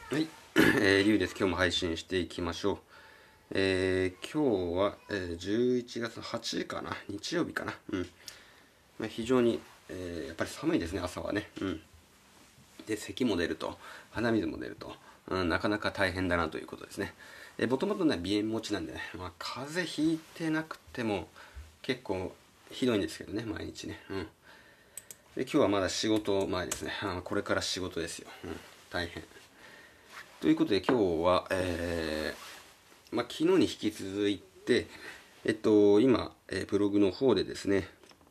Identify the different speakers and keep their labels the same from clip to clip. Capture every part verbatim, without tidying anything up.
Speaker 1: はい、えー、リュウです。今日も配信していきましょう。えー、今日は、えー、じゅういちがつはちにちかな、日曜日かな。うん。まあ、非常に、えーやっぱり寒いですね、朝はね。うん。で、咳も出ると、鼻水も出ると、うん、なかなか大変だなということですね。えー、もともとね、鼻炎持ちなんでね、まあ、風邪ひいてなくても、結構ひどいんですけどね、毎日ね。うん。で、今日はまだ仕事前ですね。あこれから仕事ですよ。うん。大変。ということで今日は、えーまあ、昨日に引き続いて、えっと、今、えーブログの方でですね、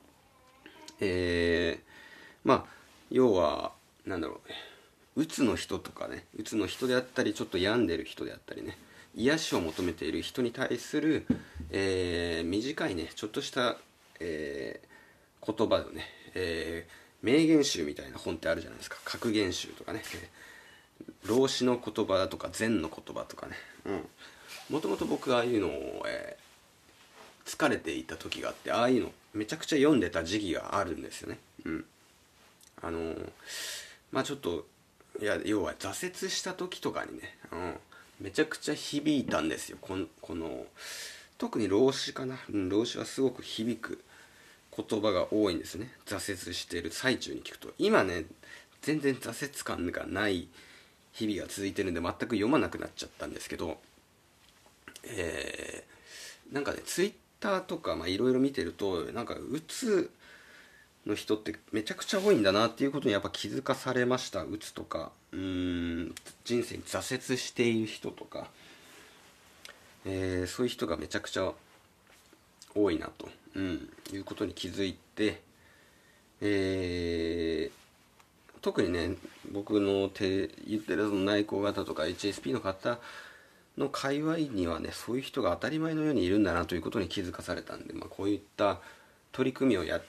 Speaker 1: えーまあ、要は、なんだろうね、うつの人とかね、うつの人であったり、ちょっと病んでる人であったりね、癒しを求めている人に対する、えー短いね、ちょっとした、えー言葉をね、えー名言集みたいな本ってあるじゃないですか。格言集とかね、老子の言葉とか禅の言葉とかね、うん、もともと僕ああいうのを、えー疲れていた時があって、ああいうのめちゃくちゃ読んでた時期があるんですよね。うん。あのーまあちょっと、いや、要は挫折した時とかにね、うん、めちゃくちゃ響いたんですよ。この、この特に老子かな。うん、老子はすごく響く言葉が多いんですね。挫折している最中に聞くと。今ね、全然挫折感がない日々が続いてるんで全く読まなくなっちゃったんですけど、えー、なんかね、ツイッターとかいろいろ見てると、なんかうつの人ってめちゃくちゃ多いんだなっていうことにやっぱ気づかされました。うつとか、うーん、人生に挫折している人とか、えー、そういう人がめちゃくちゃ多いなと、うん、いうことに気づいて、えー、特にね、僕の手言ってるその内向型とか エイチエスピー の方の界隈にはね、そういう人が当たり前のようにいるんだなということに気づかされたんで、まあ、こういった取り組みをやって、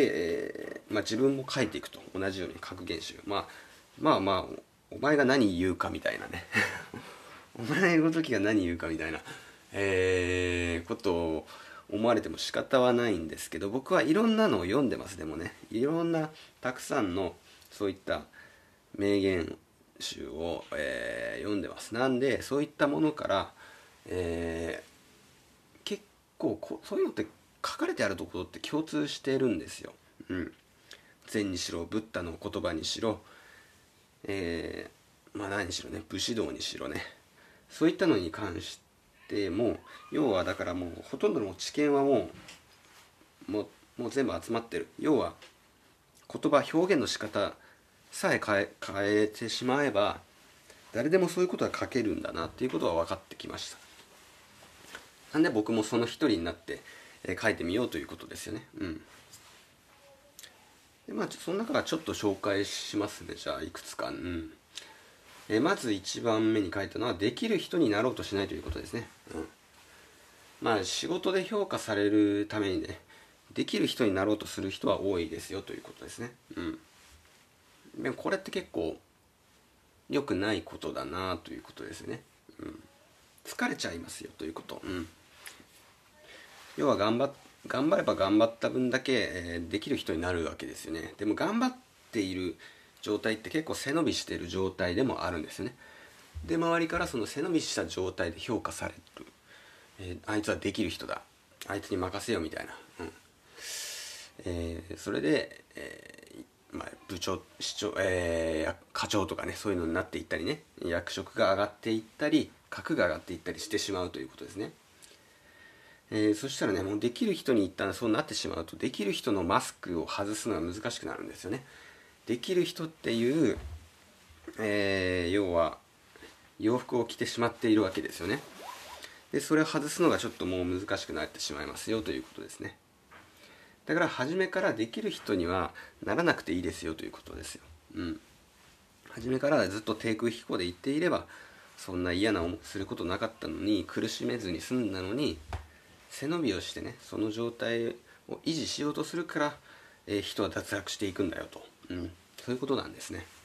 Speaker 1: えーまあ、自分も書いていくと。同じように格言集、まあ、まあまあお前が何言うかみたいなねお前の時が何言うかみたいな、えー、ことを思われても仕方はないんですけど、僕はいろんなのを読んでます。でもね、いろんなたくさんのそういった名言集を、えー読んでます。なんでそういったものから、えー結構こそういうのって書かれてあるところって共通してるんですよ。うん。禅にしろブッダの言葉にしろ、えーまあ何にしろね、武士道にしろね、そういったのに関しても、要はだからもうほとんどの知見はもうもうもう全部集まってる。要は言葉表現の仕方さえ変え変えてしまえば誰でもそういうことは書けるんだなっていうことは分かってきました。なんで僕もその一人になって、えー書いてみようということですよね。うん。でまあその中からちょっと紹介しますね。じゃあいくつか。うん。えーまず一番目に書いたのは、できる人になろうとしないということですね。うん。まあ仕事で評価されるためにね、できる人になろうとする人は多いですよということですね。うん。でもこれって結構良くないことだなということですね。うん。疲れちゃいますよということ。うん。要は頑張っ頑張れば頑張った分だけ、えーできる人になるわけですよね。でも頑張っている状態って結構背伸びしている状態でもあるんですよね。で周りからその背伸びした状態で評価される、えーあいつはできる人だ、あいつに任せようみたいな、うんえーそれで、えーまあ、部長市長、えー課長とかね、そういうのになっていったりね、役職が上がっていったり格が上がっていったりしてしまうということですね。えーそしたらね、もうできる人に一旦そうなってしまうと、できる人のマスクを外すのが難しくなるんですよね。できる人っていう、えー要は洋服を着てしまっているわけですよね。でそれを外すのがちょっともう難しくなってしまいますよということですね。だから初めからできる人にはならなくていいですよということですよ。うん。初めからずっと低空飛行で言っていれば、そんな嫌な思いすることなかったのに、苦しめずに済んだのに、背伸びをしてね、その状態を維持しようとするから、えー人は脱落していくんだよと、うん、そういうことなんですね。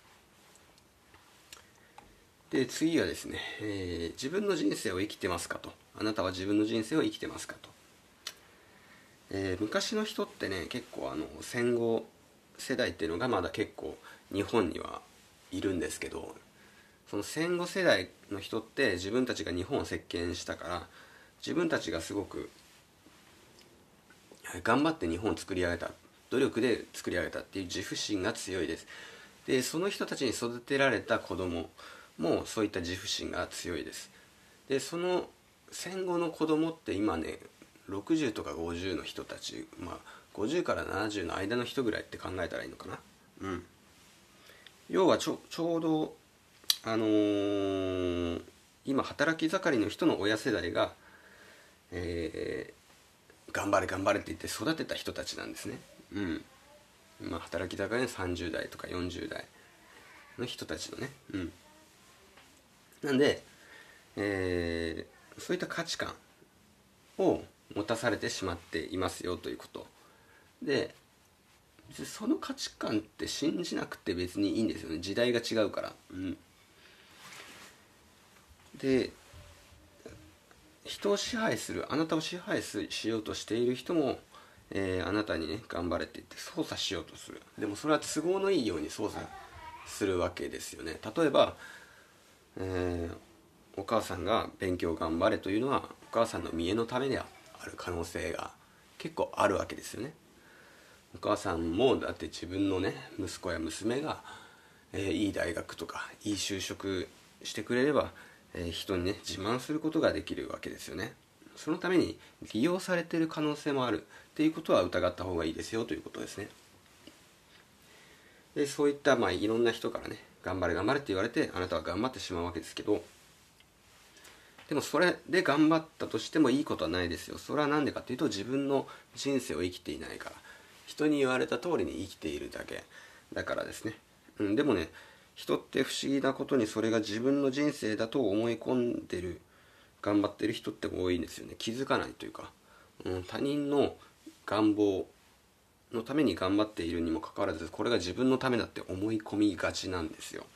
Speaker 1: で次はですね、えー自分の人生を生きてますかと。あなたは自分の人生を生きてますかと。えー昔の人ってね、結構あの戦後世代っていうのがまだ結構日本にはいるんですけど、 その戦後世代の人って自分たちが日本を席巻したから、自分たちがすごく頑張って日本を作り上げた、努力で作り上げたっていう自負心が強いです。でその人たちに育てられた子供もそういった自負心が強いです。でその戦後の子供って今ね、ろくじゅうとかごじゅうの人たち、まあごじゅうからななじゅうの間の人ぐらいって考えたらいいのかな。うん要はちょちょうどあのー今働き盛りの人の親世代が、えー頑張れ頑張れって言って育てた人たちなんですね。うんまあ働き盛りのさんじゅう代とかよんじゅう代の人たちのね。うんなんで、えーそういった価値観を持たされてしまっていますよということで、その価値観って信じなくて別にいいんですよね。時代が違うから。うんで人を支配する、あなたを支配すしようとしている人も、えーあなたにね頑張れって言って操作しようとする。でもそれは都合のいいように操作するわけですよね。例えば、えーお母さんが勉強頑張れというのはお母さんの見栄のためである可能性が結構あるわけですよね。お母さんもだって自分のね息子や娘が、えーいい大学とかいい就職してくれれば、えー人にね自慢することができるわけですよね。そのために利用されている可能性もあるっていうことは疑った方がいいですよということですね。でそういった、まあ、いろんな人からね頑張れ頑張れって言われてあなたは頑張ってしまうわけですけど、でもそれで頑張ったとしてもいいことはないですよ。それは何でかっていうと、自分の人生を生きていないから、人に言われた通りに生きているだけだからですね。うん、でもね、人って不思議なことにそれが自分の人生だと思い込んでる、頑張ってる人って多いんですよね。気づかないというか、うん、他人の願望のために頑張っているにもかかわらず、これが自分のためだって思い込みがちなんですよ。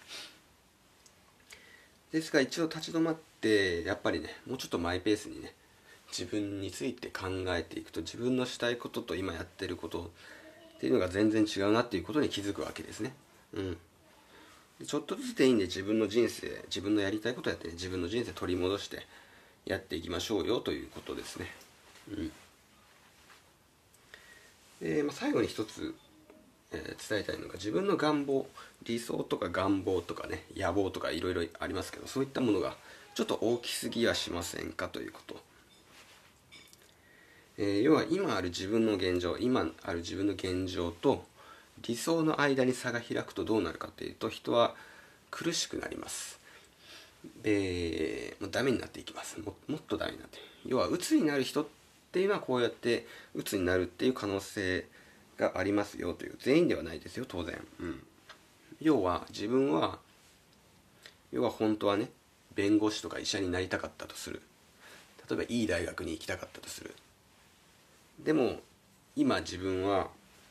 Speaker 1: ですが一度立ち止まってやっぱりねもうちょっとマイペースにね自分について考えていくと、自分のしたいことと今やってることっていうのが全然違うなっていうことに気づくわけですね。うんちょっとずつでいいんで自分の人生、自分のやりたいことやって、ね、自分の人生取り戻してやっていきましょうよということですね。うんで、まあ、最後に一つ、えー伝えたいのが、自分の願望、理想とか願望とかね野望とかいろいろありますけど、そういったものがちょっと大きすぎはしませんかということ。えー要は今ある自分の現状、今ある自分の現状と理想の間に差が開くとどうなるかというと、人は苦しくなります。でもうダメになっていきます。ももっとダメになって、要は鬱になる人っていうのはこうやって鬱になるっていう可能性がありますよという。全員ではないですよ当然。うん要は自分は要は本当はね弁護士とか医者になりたかったとする。例えばいい大学に行きたかったとする。でも今自分は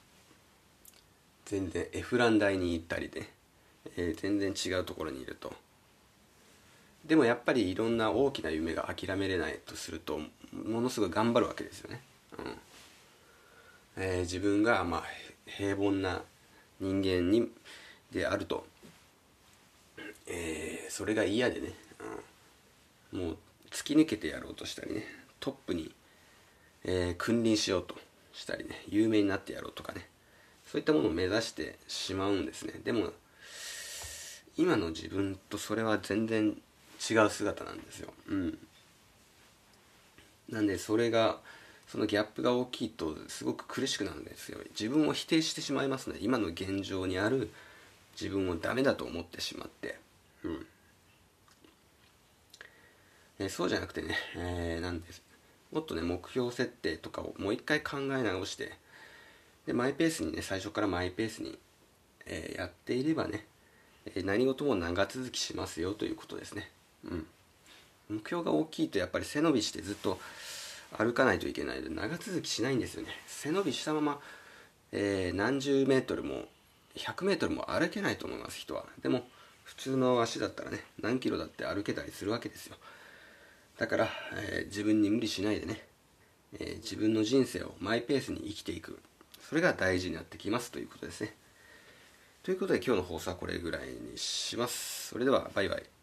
Speaker 1: 全然エフラン大に行ったりで、えー全然違うところにいると。でもやっぱりいろんな大きな夢が諦めれないとすると、ものすごい頑張るわけですよね。うんえー自分がまあ平凡な人間にであると、えーそれが嫌でね、うん、もう突き抜けてやろうとしたりね、トップに、えー君臨しようとしたりね、有名になってやろうとかね、そういったものを目指してしまうんですね。でも今の自分とそれは全然違う姿なんですよ。うんなんでそれがそのギャップが大きいとすごく苦しくなるんですよ。自分を否定してしまいますね。今の現状にある自分をダメだと思ってしまって、うんえそうじゃなくてね、えーなんですもっとね目標設定とかをもう一回考え直して、でマイペースにね、最初からマイペースに、えーやっていればね、えー何事も長続きしますよということですね。うん目標が大きいとやっぱり背伸びしてずっと歩かないといけないので長続きしないんですよね。背伸びしたまま、えー何十メートルもひゃくメートルも歩けないと思います人は。でも普通の足だったらね何キロだって歩けたりするわけですよ。だから、えー自分に無理しないでね、えー自分の人生をマイペースに生きていく、それが大事になってきますということですね。 ということで今日の放送はこれぐらいにします。それではバイバイ。